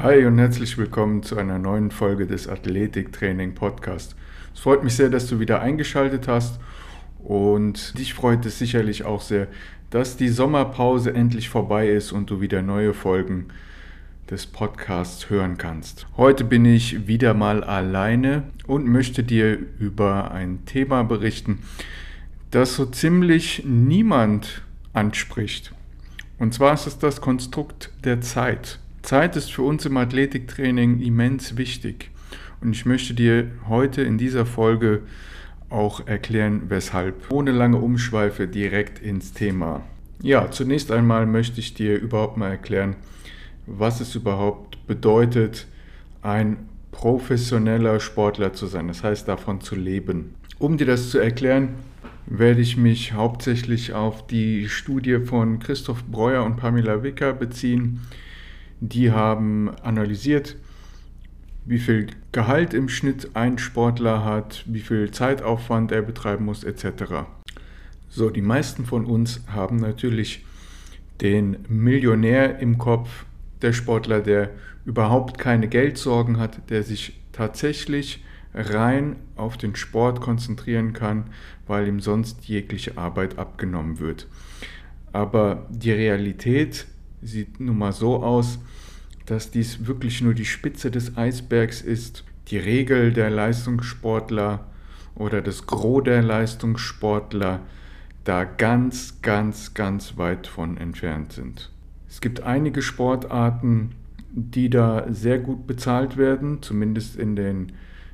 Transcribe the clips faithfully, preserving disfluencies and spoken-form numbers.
Hi und herzlich willkommen zu einer neuen Folge des Athletiktraining Podcast. Es freut mich sehr, dass du wieder eingeschaltet hast und dich freut es sicherlich auch sehr, dass die Sommerpause endlich vorbei ist und du wieder neue Folgen des Podcasts hören kannst. Heute bin ich wieder mal alleine und möchte dir über ein Thema berichten, das so ziemlich niemand anspricht. Und zwar ist es das Konstrukt der Zeit. Zeit ist für uns im Athletiktraining immens wichtig und ich möchte dir heute in dieser Folge auch erklären, weshalb. Ohne lange Umschweife direkt ins Thema. Ja, zunächst einmal möchte ich dir überhaupt mal erklären, was es überhaupt bedeutet, ein professioneller Sportler zu sein, das heißt davon zu leben. Um dir das zu erklären, werde ich mich hauptsächlich auf die Studie von Christoph Breuer und Pamela Wicker beziehen. Die haben analysiert, wie viel Gehalt im Schnitt ein Sportler hat, wie viel Zeitaufwand er betreiben muss, et cetera. So, die meisten von uns haben natürlich den Millionär im Kopf, der Sportler, der überhaupt keine Geldsorgen hat, der sich tatsächlich rein auf den Sport konzentrieren kann, weil ihm sonst jegliche Arbeit abgenommen wird. Aber die Realität sieht nun mal so aus, dass dies wirklich nur die Spitze des Eisbergs ist. Die Regel der Leistungssportler oder das Gros der Leistungssportler da ganz, ganz, ganz weit von entfernt sind. Es gibt einige Sportarten, die da sehr gut bezahlt werden, zumindest in den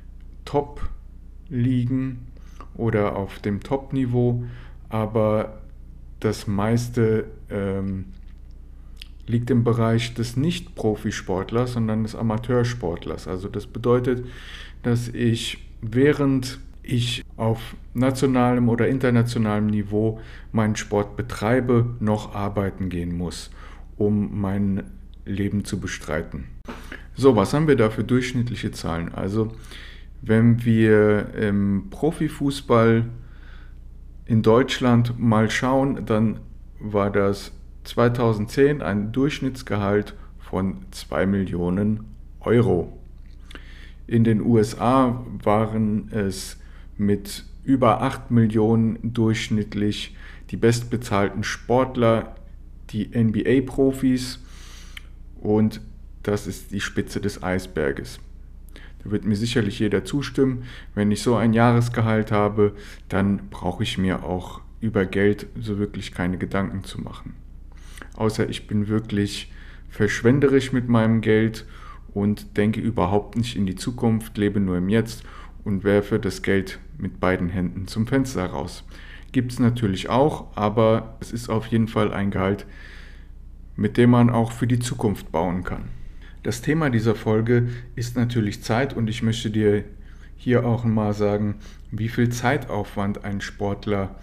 Top-Ligen oder auf dem Top-Niveau, aber das meiste ähm, liegt im Bereich des Nicht-Profisportlers, sondern des Amateursportlers. Also das bedeutet, dass ich, während ich auf nationalem oder internationalem Niveau meinen Sport betreibe, noch arbeiten gehen muss, um mein Leben zu bestreiten. So, was haben wir da für durchschnittliche Zahlen? Also, wenn wir im Profifußball in Deutschland mal schauen, dann war das zweitausendzehn ein Durchschnittsgehalt von zwei Millionen Euro. In den U S A waren es mit über acht Millionen durchschnittlich die bestbezahlten Sportler, die N B A-Profis, und das ist die Spitze des Eisberges. Da wird mir sicherlich jeder zustimmen. Wenn ich so ein Jahresgehalt habe, dann brauche ich mir auch über Geld so wirklich keine Gedanken zu machen. Außer ich bin wirklich verschwenderisch mit meinem Geld und denke überhaupt nicht in die Zukunft, lebe nur im Jetzt und werfe das Geld mit beiden Händen zum Fenster raus. Gibt es natürlich auch, aber es ist auf jeden Fall ein Gehalt, mit dem man auch für die Zukunft bauen kann. Das Thema dieser Folge ist natürlich Zeit und ich möchte dir hier auch mal sagen, wie viel Zeitaufwand ein Sportler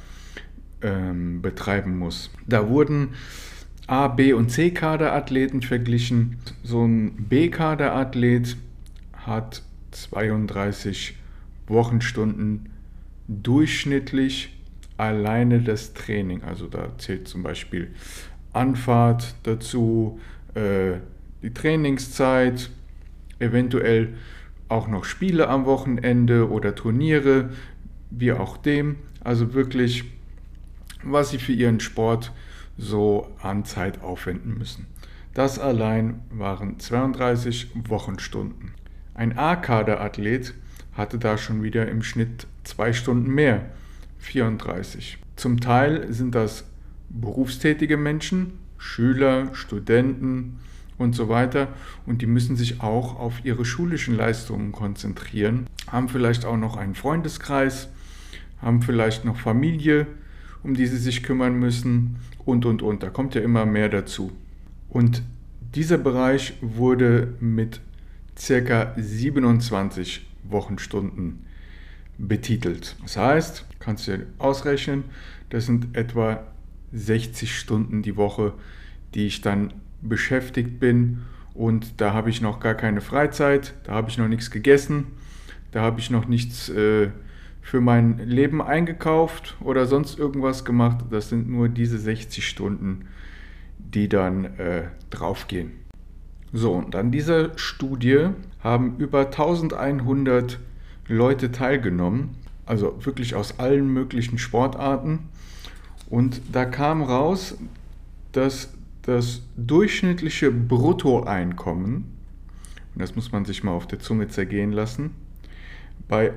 ähm, betreiben muss. Da wurden A-, B- und C-Kaderathleten verglichen. So ein B-Kaderathlet hat zweiunddreißig Wochenstunden durchschnittlich alleine das Training. Also da zählt zum Beispiel Anfahrt dazu, äh, die Trainingszeit, eventuell auch noch Spiele am Wochenende oder Turniere, wie auch dem. Also wirklich, was sie für ihren Sport so an Zeit aufwenden müssen. Das allein waren zweiunddreißig Wochenstunden. Ein A-Kaderathlet hatte da schon wieder im Schnitt zwei Stunden mehr, vierunddreißig. Zum Teil sind das berufstätige Menschen, Schüler, Studenten und so weiter, und die müssen sich auch auf ihre schulischen Leistungen konzentrieren, haben vielleicht auch noch einen Freundeskreis, haben vielleicht noch Familie, um die sie sich kümmern müssen und, und, und. Da kommt ja immer mehr dazu. Und dieser Bereich wurde mit ca. siebenundzwanzig Wochenstunden betitelt. Das heißt, kannst du dir ausrechnen, das sind etwa sechzig Stunden die Woche, die ich dann beschäftigt bin, und da habe ich noch gar keine Freizeit, da habe ich noch nichts gegessen, da habe ich noch nichts äh, für mein Leben eingekauft oder sonst irgendwas gemacht. Das sind nur diese sechzig Stunden, die dann äh, draufgehen. So, und an dieser Studie haben über eintausendeinhundert Leute teilgenommen, also wirklich aus allen möglichen Sportarten. Und da kam raus, dass das durchschnittliche Bruttoeinkommen, und das muss man sich mal auf der Zunge zergehen lassen, bei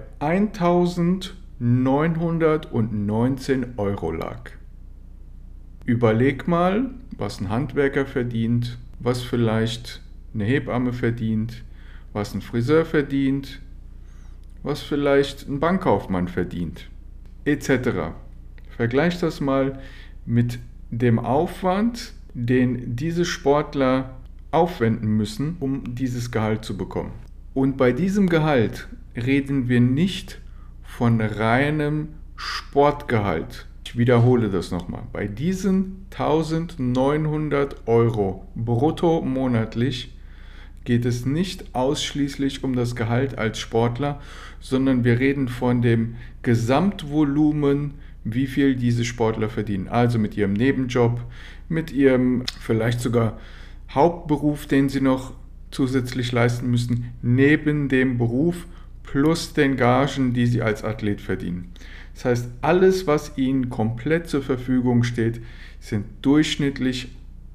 eintausendneunhundertneunzehn Euro lag. Überleg mal, was ein Handwerker verdient, was vielleicht eine Hebamme verdient, was ein Friseur verdient, was vielleicht ein Bankkaufmann verdient, et cetera. Vergleich das mal mit dem Aufwand, den diese Sportler aufwenden müssen, um dieses Gehalt zu bekommen. Und bei diesem Gehalt reden wir nicht von reinem Sportgehalt. Ich wiederhole das nochmal. Bei diesen eintausendneunhundert Euro brutto monatlich geht es nicht ausschließlich um das Gehalt als Sportler, sondern wir reden von dem Gesamtvolumen, wie viel diese Sportler verdienen. Also mit ihrem Nebenjob, mit ihrem vielleicht sogar Hauptberuf, den sie noch zusätzlich leisten müssen, neben dem Beruf plus den Gagen, die sie als Athlet verdienen. Das heißt, alles, was ihnen komplett zur Verfügung steht, sind durchschnittlich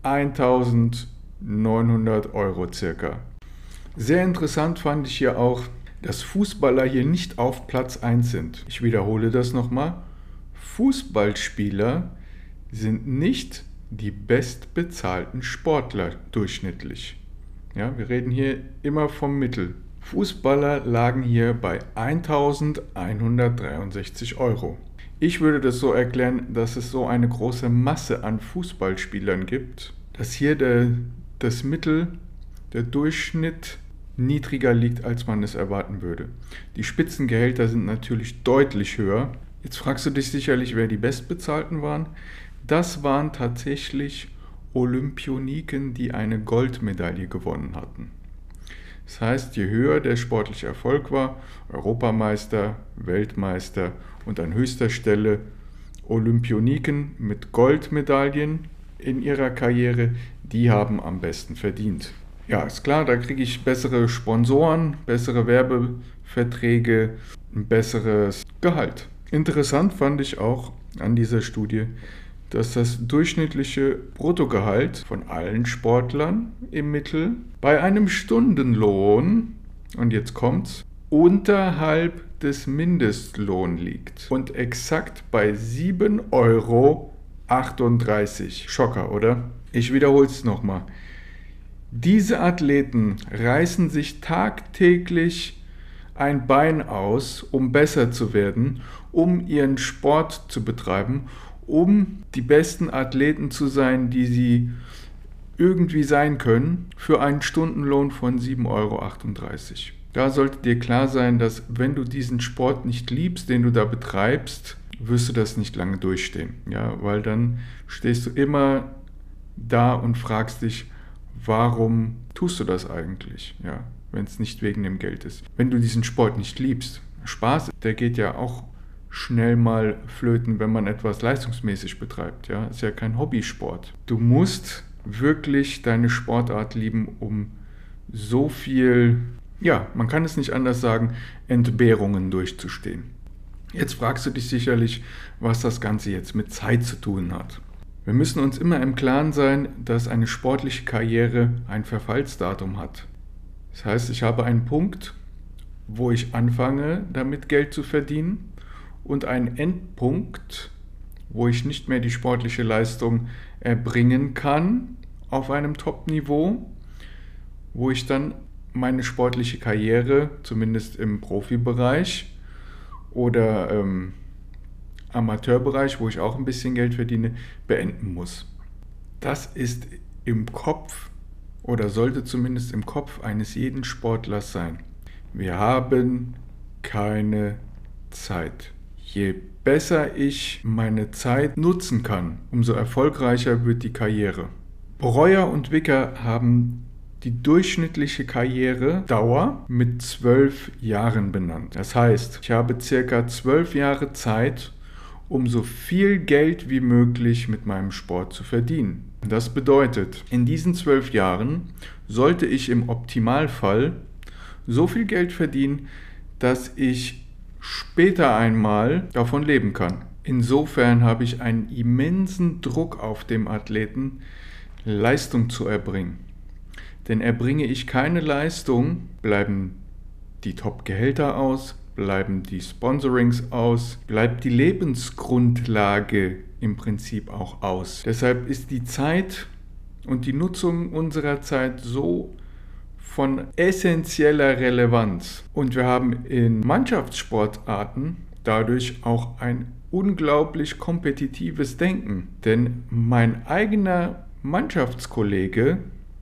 eintausendneunhundert Euro circa. Sehr interessant fand ich hier auch, dass Fußballer hier nicht auf Platz eins sind. Ich wiederhole das nochmal. Fußballspieler sind nicht die bestbezahlten Sportler durchschnittlich. Ja, wir reden hier immer vom Mittel. Fußballer lagen hier bei eintausendeinhundertdreiundsechzig Euro. Ich würde das so erklären, dass es so eine große Masse an Fußballspielern gibt, dass hier der, das Mittel, der Durchschnitt niedriger liegt, als man es erwarten würde. Die Spitzengehälter sind natürlich deutlich höher. Jetzt fragst du dich sicherlich, wer die Bestbezahlten waren. Das waren tatsächlich Olympioniken, die eine Goldmedaille gewonnen hatten. Das heißt, je höher der sportliche Erfolg war, Europameister, Weltmeister und an höchster Stelle Olympioniken mit Goldmedaillen in ihrer Karriere, die haben am besten verdient. Ja, ist klar, da kriege ich bessere Sponsoren, bessere Werbeverträge, ein besseres Gehalt. Interessant fand ich auch an dieser Studie, dass das durchschnittliche Bruttogehalt von allen Sportlern im Mittel bei einem Stundenlohn, und jetzt kommt's, unterhalb des Mindestlohns liegt und exakt bei sieben Euro achtunddreißig. Schocker, oder? Ich wiederhole es nochmal. Diese Athleten reißen sich tagtäglich ein Bein aus, um besser zu werden, um ihren Sport zu betreiben, um die besten Athleten zu sein, die sie irgendwie sein können, für einen Stundenlohn von sieben Euro achtunddreißig. Da sollte dir klar sein, dass wenn du diesen Sport nicht liebst, den du da betreibst, wirst du das nicht lange durchstehen. Ja, weil dann stehst du immer da und fragst dich, warum tust du das eigentlich? Ja, wenn es nicht wegen dem Geld ist. Wenn du diesen Sport nicht liebst, Spaß, der geht ja auch schnell mal flöten, wenn man etwas leistungsmäßig betreibt. Ja, ist ja kein Hobbysport. Du musst wirklich deine Sportart lieben, um so viel, ja, man kann es nicht anders sagen, Entbehrungen durchzustehen. Jetzt fragst du dich sicherlich, was das Ganze jetzt mit Zeit zu tun hat. Wir müssen uns immer im Klaren sein, dass eine sportliche Karriere ein Verfallsdatum hat. Das heißt, ich habe einen Punkt, wo ich anfange, damit Geld zu verdienen, und einen Endpunkt, wo ich nicht mehr die sportliche Leistung erbringen kann auf einem Top-Niveau, wo ich dann meine sportliche Karriere, zumindest im Profibereich oder ähm, Amateurbereich, wo ich auch ein bisschen Geld verdiene, beenden muss. Das ist im Kopf oder sollte zumindest im Kopf eines jeden Sportlers sein. Wir haben keine Zeit. Je besser ich meine Zeit nutzen kann, umso erfolgreicher wird die Karriere. Breuer und Wicker haben die durchschnittliche Karrieredauer mit zwölf Jahren benannt. Das heißt, ich habe circa zwölf Jahre Zeit, um so viel Geld wie möglich mit meinem Sport zu verdienen. Das bedeutet, in diesen zwölf Jahren sollte ich im Optimalfall so viel Geld verdienen, dass ich später einmal davon leben kann. Insofern habe ich einen immensen Druck auf dem Athleten, Leistung zu erbringen. Denn erbringe ich keine Leistung, bleiben die Top-Gehälter aus, bleiben die Sponsorings aus, bleibt die Lebensgrundlage im Prinzip auch aus. Deshalb ist die Zeit und die Nutzung unserer Zeit so von essentieller Relevanz. Und wir haben in Mannschaftssportarten dadurch auch ein unglaublich kompetitives Denken. Denn mein eigener Mannschaftskollege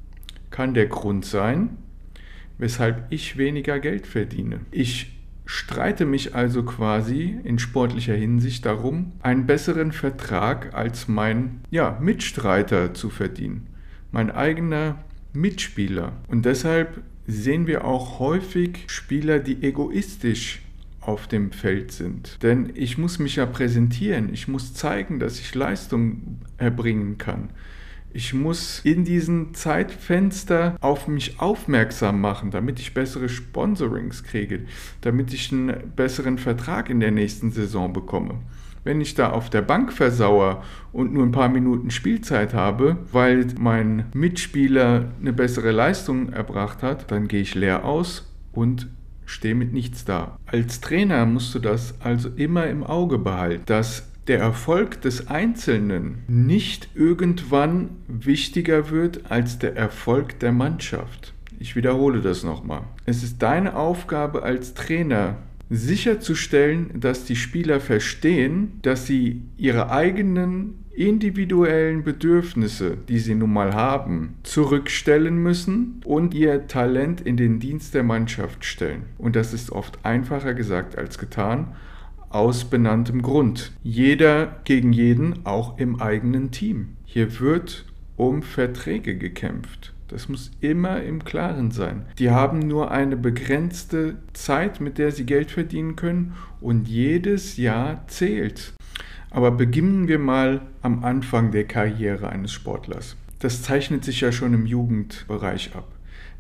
kann der Grund sein, weshalb ich weniger Geld verdiene. Ich streite mich also quasi in sportlicher Hinsicht darum, einen besseren Vertrag als mein ja, Mitstreiter zu verdienen. Mein eigener Mitspieler. Und deshalb sehen wir auch häufig Spieler, die egoistisch auf dem Feld sind. Denn ich muss mich ja präsentieren, ich muss zeigen, dass ich Leistung erbringen kann. Ich muss in diesem Zeitfenster auf mich aufmerksam machen, damit ich bessere Sponsorings kriege, damit ich einen besseren Vertrag in der nächsten Saison bekomme. Wenn ich da auf der Bank versauere und nur ein paar Minuten Spielzeit habe, weil mein Mitspieler eine bessere Leistung erbracht hat, dann gehe ich leer aus und stehe mit nichts da. Als Trainer musst du das also immer im Auge behalten, dass der Erfolg des Einzelnen nicht irgendwann wichtiger wird als der Erfolg der Mannschaft. Ich wiederhole das nochmal. Es ist deine Aufgabe als Trainer, sicherzustellen, dass die Spieler verstehen, dass sie ihre eigenen individuellen Bedürfnisse, die sie nun mal haben, zurückstellen müssen und ihr Talent in den Dienst der Mannschaft stellen. Und das ist oft einfacher gesagt als getan, aus benanntem Grund. Jeder gegen jeden, auch im eigenen Team. Hier wird um Verträge gekämpft. Das muss immer im Klaren sein. Die haben nur eine begrenzte Zeit, mit der sie Geld verdienen können, und jedes Jahr zählt. Aber beginnen wir mal am Anfang der Karriere eines Sportlers. Das zeichnet sich ja schon im Jugendbereich ab.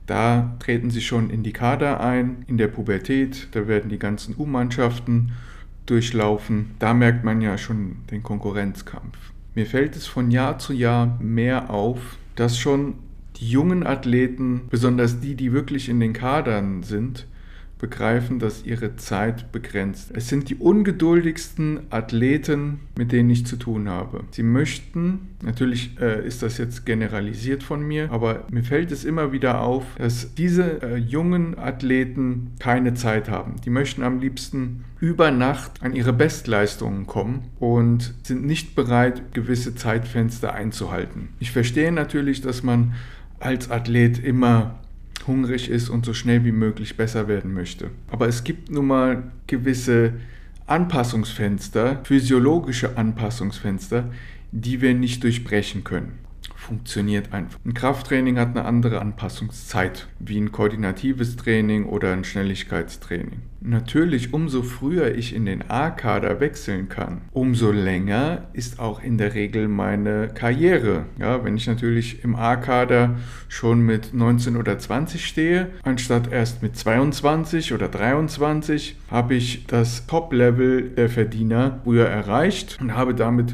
Da treten sie schon in die Kader ein, in der Pubertät, da werden die ganzen U-Mannschaften durchlaufen. Da merkt man ja schon den Konkurrenzkampf. Mir fällt es von Jahr zu Jahr mehr auf, dass schon die jungen Athleten, besonders die, die wirklich in den Kadern sind, begreifen, dass ihre Zeit begrenzt ist. Es sind die ungeduldigsten Athleten, mit denen ich zu tun habe. Sie möchten, natürlich äh, ist das jetzt generalisiert von mir, aber mir fällt es immer wieder auf, dass diese äh, jungen Athleten keine Zeit haben. Die möchten am liebsten über Nacht an ihre Bestleistungen kommen und sind nicht bereit, gewisse Zeitfenster einzuhalten. Ich verstehe natürlich, dass man als Athlet immer hungrig ist und so schnell wie möglich besser werden möchte. Aber es gibt nun mal gewisse Anpassungsfenster, physiologische Anpassungsfenster, die wir nicht durchbrechen können. Funktioniert einfach. Ein Krafttraining hat eine andere Anpassungszeit, wie ein koordinatives Training oder ein Schnelligkeitstraining. Natürlich, umso früher ich in den A-Kader wechseln kann, umso länger ist auch in der Regel meine Karriere. Ja, wenn ich natürlich im A-Kader schon mit neunzehn oder zwanzig stehe, anstatt erst mit zweiundzwanzig oder dreiundzwanzig, habe ich das Top-Level der Verdiener früher erreicht und habe damit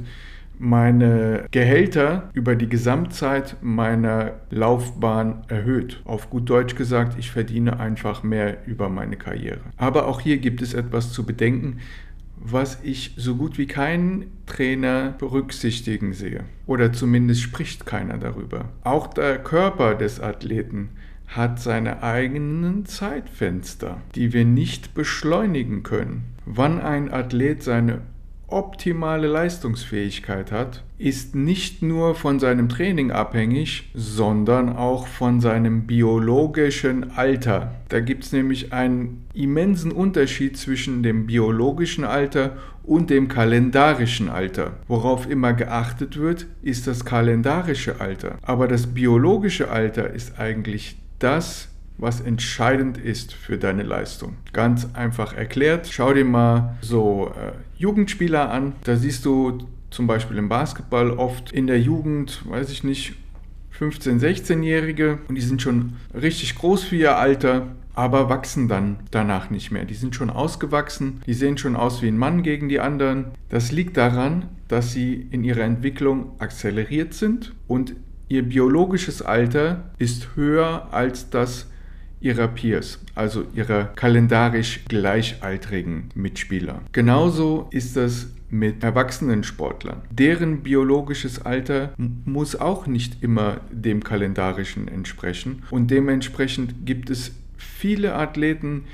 meine Gehälter über die Gesamtzeit meiner Laufbahn erhöht. Auf gut Deutsch gesagt, ich verdiene einfach mehr über meine Karriere. Aber auch hier gibt es etwas zu bedenken, was ich so gut wie keinen Trainer berücksichtigen sehe. Oder zumindest spricht keiner darüber. Auch der Körper des Athleten hat seine eigenen Zeitfenster, die wir nicht beschleunigen können. Wann ein Athlet seine optimale Leistungsfähigkeit hat, ist nicht nur von seinem Training abhängig, sondern auch von seinem biologischen Alter. Da gibt es nämlich einen immensen Unterschied zwischen dem biologischen Alter und dem kalendarischen Alter. Worauf immer geachtet wird, ist das kalendarische Alter. Aber das biologische Alter ist eigentlich das, was entscheidend ist für deine Leistung. Ganz einfach erklärt. Schau dir mal so äh, Jugendspieler an. Da siehst du zum Beispiel im Basketball oft in der Jugend, weiß ich nicht, fünfzehn-, sechzehnjährige und die sind schon richtig groß für ihr Alter, aber wachsen dann danach nicht mehr. Die sind schon ausgewachsen, die sehen schon aus wie ein Mann gegen die anderen. Das liegt daran, dass sie in ihrer Entwicklung akzeleriert sind und ihr biologisches Alter ist höher als das ihrer Peers, also ihrer kalendarisch gleichaltrigen Mitspieler. Genauso ist das mit erwachsenen Sportlern. Deren biologisches Alter m- muss auch nicht immer dem kalendarischen entsprechen und dementsprechend gibt es viele Athleten,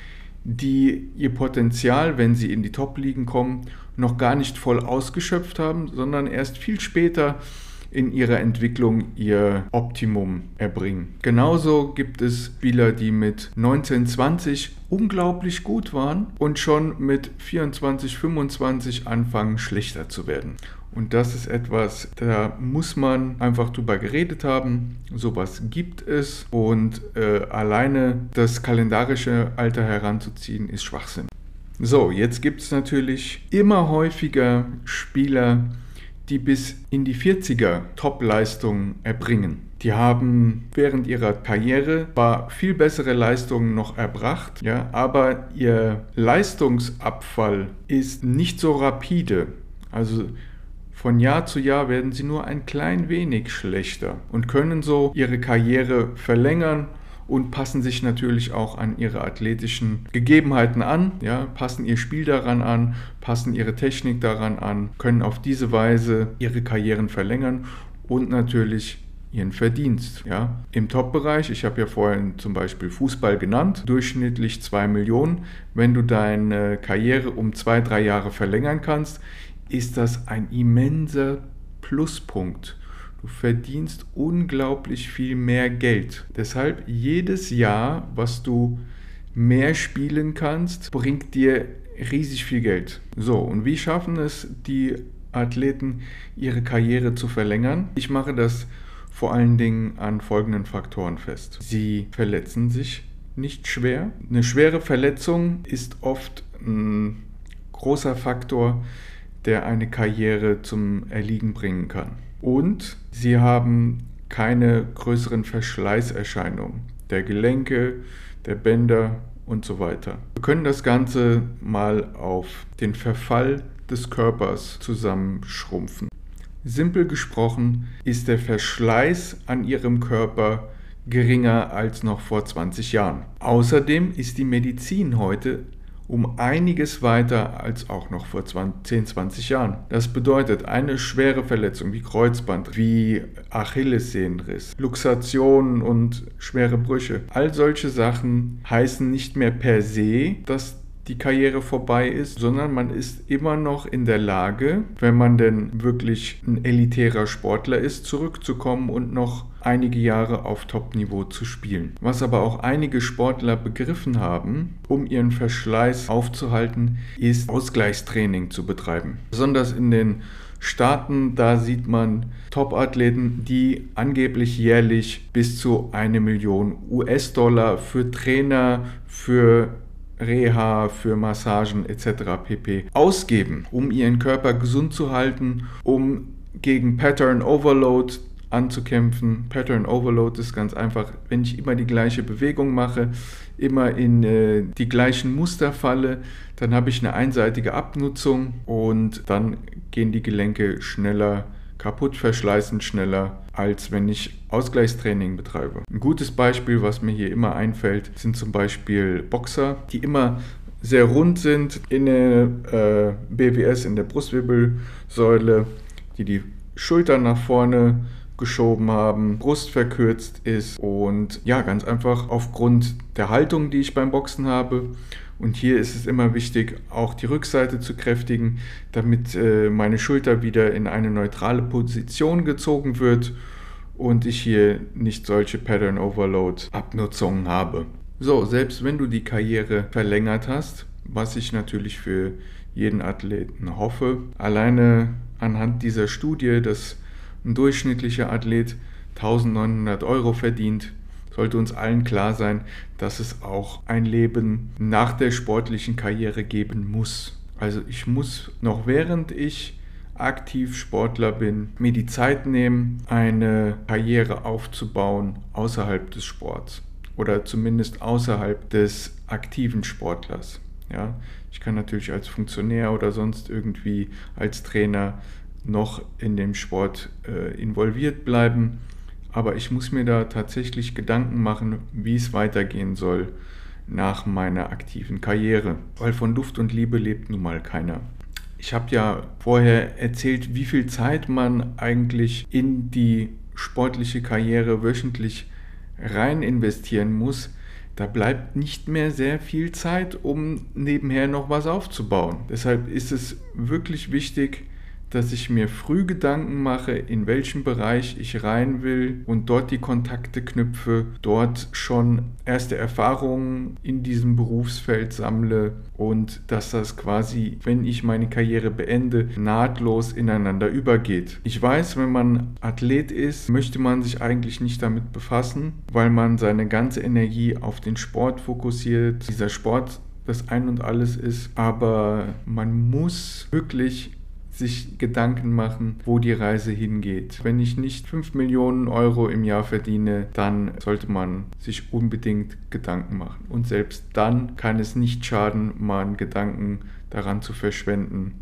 die ihr Potenzial, wenn sie in die Top-Ligen kommen, noch gar nicht voll ausgeschöpft haben, sondern erst viel später in ihrer Entwicklung ihr Optimum erbringen. Genauso gibt es Spieler, die mit neunzehn, zwanzig unglaublich gut waren und schon mit vierundzwanzig, fünfundzwanzig anfangen schlechter zu werden. Und das ist etwas, da muss man einfach drüber geredet haben. Sowas gibt es und äh, alleine das kalendarische Alter heranzuziehen ist Schwachsinn. So, jetzt gibt es natürlich immer häufiger Spieler, die bis in die vierziger Top-Leistungen erbringen. Die haben während ihrer Karriere zwar viel bessere Leistungen noch erbracht, ja, aber ihr Leistungsabfall ist nicht so rapide. Also von Jahr zu Jahr werden sie nur ein klein wenig schlechter und können so ihre Karriere verlängern und passen sich natürlich auch an ihre athletischen Gegebenheiten an, ja, passen ihr Spiel daran an, passen ihre Technik daran an, können auf diese Weise ihre Karrieren verlängern und natürlich ihren Verdienst. Ja. Im Top-Bereich, ich habe ja vorhin zum Beispiel Fußball genannt, durchschnittlich zwei Millionen. Wenn du deine Karriere um zwei, drei Jahre verlängern kannst, ist das ein immenser Pluspunkt. Du verdienst unglaublich viel mehr Geld. Deshalb jedes Jahr, was du mehr spielen kannst, bringt dir riesig viel Geld. So, und wie schaffen es die Athleten, ihre Karriere zu verlängern? Ich mache das vor allen Dingen an folgenden Faktoren fest. Sie verletzen sich nicht schwer. Eine schwere Verletzung ist oft ein großer Faktor, der eine Karriere zum Erliegen bringen kann. Und sie haben keine größeren Verschleißerscheinungen der Gelenke, der Bänder und so weiter. Wir können das Ganze mal auf den Verfall des Körpers zusammenschrumpfen. Simpel gesprochen ist der Verschleiß an ihrem Körper geringer als noch vor zwanzig Jahren. Außerdem ist die Medizin heute um einiges weiter als auch noch vor zehn, zwanzig Jahren. Das bedeutet, eine schwere Verletzung wie Kreuzband, wie Achillessehnenriss, Luxationen und schwere Brüche, all solche Sachen heißen nicht mehr per se, dass die Karriere vorbei ist, sondern man ist immer noch in der Lage, wenn man denn wirklich ein elitärer Sportler ist, zurückzukommen und noch einige Jahre auf Top-Niveau zu spielen. Was aber auch einige Sportler begriffen haben, um ihren Verschleiß aufzuhalten, ist Ausgleichstraining zu betreiben. Besonders in den Staaten, da sieht man Top-Athleten, die angeblich jährlich bis zu eine Million U S-Dollar für Trainer, für Reha, für Massagen et cetera pp. Ausgeben, um ihren Körper gesund zu halten, um gegen Pattern Overload anzukämpfen. Pattern Overload ist ganz einfach, wenn ich immer die gleiche Bewegung mache, immer in äh, die gleichen Muster falle, dann habe ich eine einseitige Abnutzung und dann gehen die Gelenke schneller kaputt, verschleißen schneller, als wenn ich Ausgleichstraining betreibe. Ein gutes Beispiel, was mir hier immer einfällt, sind zum Beispiel Boxer, die immer sehr rund sind in der äh, B W S, in der Brustwirbelsäule, die die Schultern nach vorne geschoben haben, Brust verkürzt ist und ja, ganz einfach aufgrund der Haltung, die ich beim Boxen habe. Und hier ist es immer wichtig, auch die Rückseite zu kräftigen, damit äh, meine Schulter wieder in eine neutrale Position gezogen wird und ich hier nicht solche Pattern Overload Abnutzungen habe. So, selbst wenn du die Karriere verlängert hast, was ich natürlich für jeden Athleten hoffe, alleine anhand dieser Studie, dass ein durchschnittlicher Athlet eintausendneunhundert Euro verdient, sollte uns allen klar sein, dass es auch ein Leben nach der sportlichen Karriere geben muss. Also ich muss noch während ich aktiv Sportler bin, mir die Zeit nehmen, eine Karriere aufzubauen außerhalb des Sports oder zumindest außerhalb des aktiven Sportlers. Ja, ich kann natürlich als Funktionär oder sonst irgendwie als Trainer noch in dem Sport äh, involviert bleiben, aber ich muss mir da tatsächlich Gedanken machen, wie es weitergehen soll nach meiner aktiven Karriere, weil von Luft und Liebe lebt nun mal keiner. Ich habe ja vorher erzählt, wie viel Zeit man eigentlich in die sportliche Karriere wöchentlich rein investieren muss. Da bleibt nicht mehr sehr viel Zeit, um nebenher noch was aufzubauen. Deshalb ist es wirklich wichtig, dass ich mir früh Gedanken mache, in welchen Bereich ich rein will und dort die Kontakte knüpfe, dort schon erste Erfahrungen in diesem Berufsfeld sammle und dass das quasi, wenn ich meine Karriere beende, nahtlos ineinander übergeht. Ich weiß, wenn man Athlet ist, möchte man sich eigentlich nicht damit befassen, weil man seine ganze Energie auf den Sport fokussiert. Dieser Sport das Ein und Alles ist, aber man muss wirklich sich Gedanken machen, wo die Reise hingeht. Wenn ich nicht fünf Millionen Euro im Jahr verdiene, dann sollte man sich unbedingt Gedanken machen. Und selbst dann kann es nicht schaden, mal Gedanken daran zu verschwenden,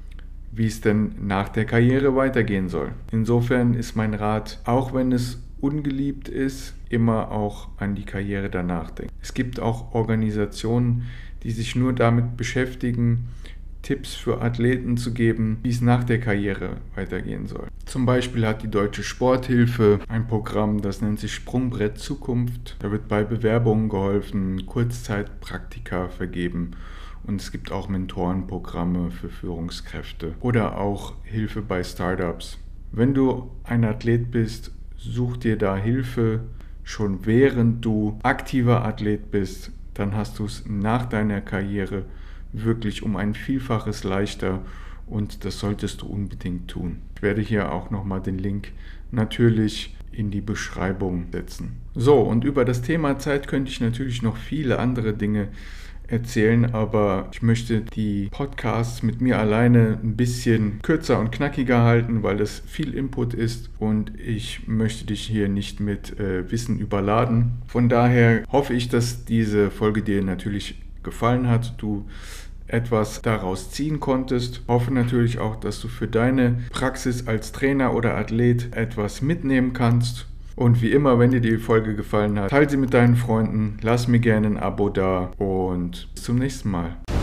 wie es denn nach der Karriere weitergehen soll. Insofern ist mein Rat, auch wenn es ungeliebt ist, immer auch an die Karriere danach denken. Es gibt auch Organisationen, die sich nur damit beschäftigen, Tipps für Athleten zu geben, wie es nach der Karriere weitergehen soll. Zum Beispiel hat die Deutsche Sporthilfe ein Programm, das nennt sich Sprungbrett Zukunft. Da wird bei Bewerbungen geholfen, Kurzzeitpraktika vergeben und es gibt auch Mentorenprogramme für Führungskräfte oder auch Hilfe bei Startups. Wenn du ein Athlet bist, such dir da Hilfe schon während du aktiver Athlet bist, dann hast du es nach deiner Karriere wirklich um ein Vielfaches leichter und das solltest du unbedingt tun. Ich werde hier auch nochmal den Link natürlich in die Beschreibung setzen. So, und über das Thema Zeit könnte ich natürlich noch viele andere Dinge erzählen, aber ich möchte die Podcasts mit mir alleine ein bisschen kürzer und knackiger halten, weil es viel Input ist und ich möchte dich hier nicht mit äh, Wissen überladen. Von daher hoffe ich, dass diese Folge dir natürlich gefallen hat, du etwas daraus ziehen konntest. Hoffe natürlich auch, dass du für deine Praxis als Trainer oder Athlet etwas mitnehmen kannst. Und wie immer, wenn dir die Folge gefallen hat, teile sie mit deinen Freunden, lass mir gerne ein Abo da und bis zum nächsten Mal.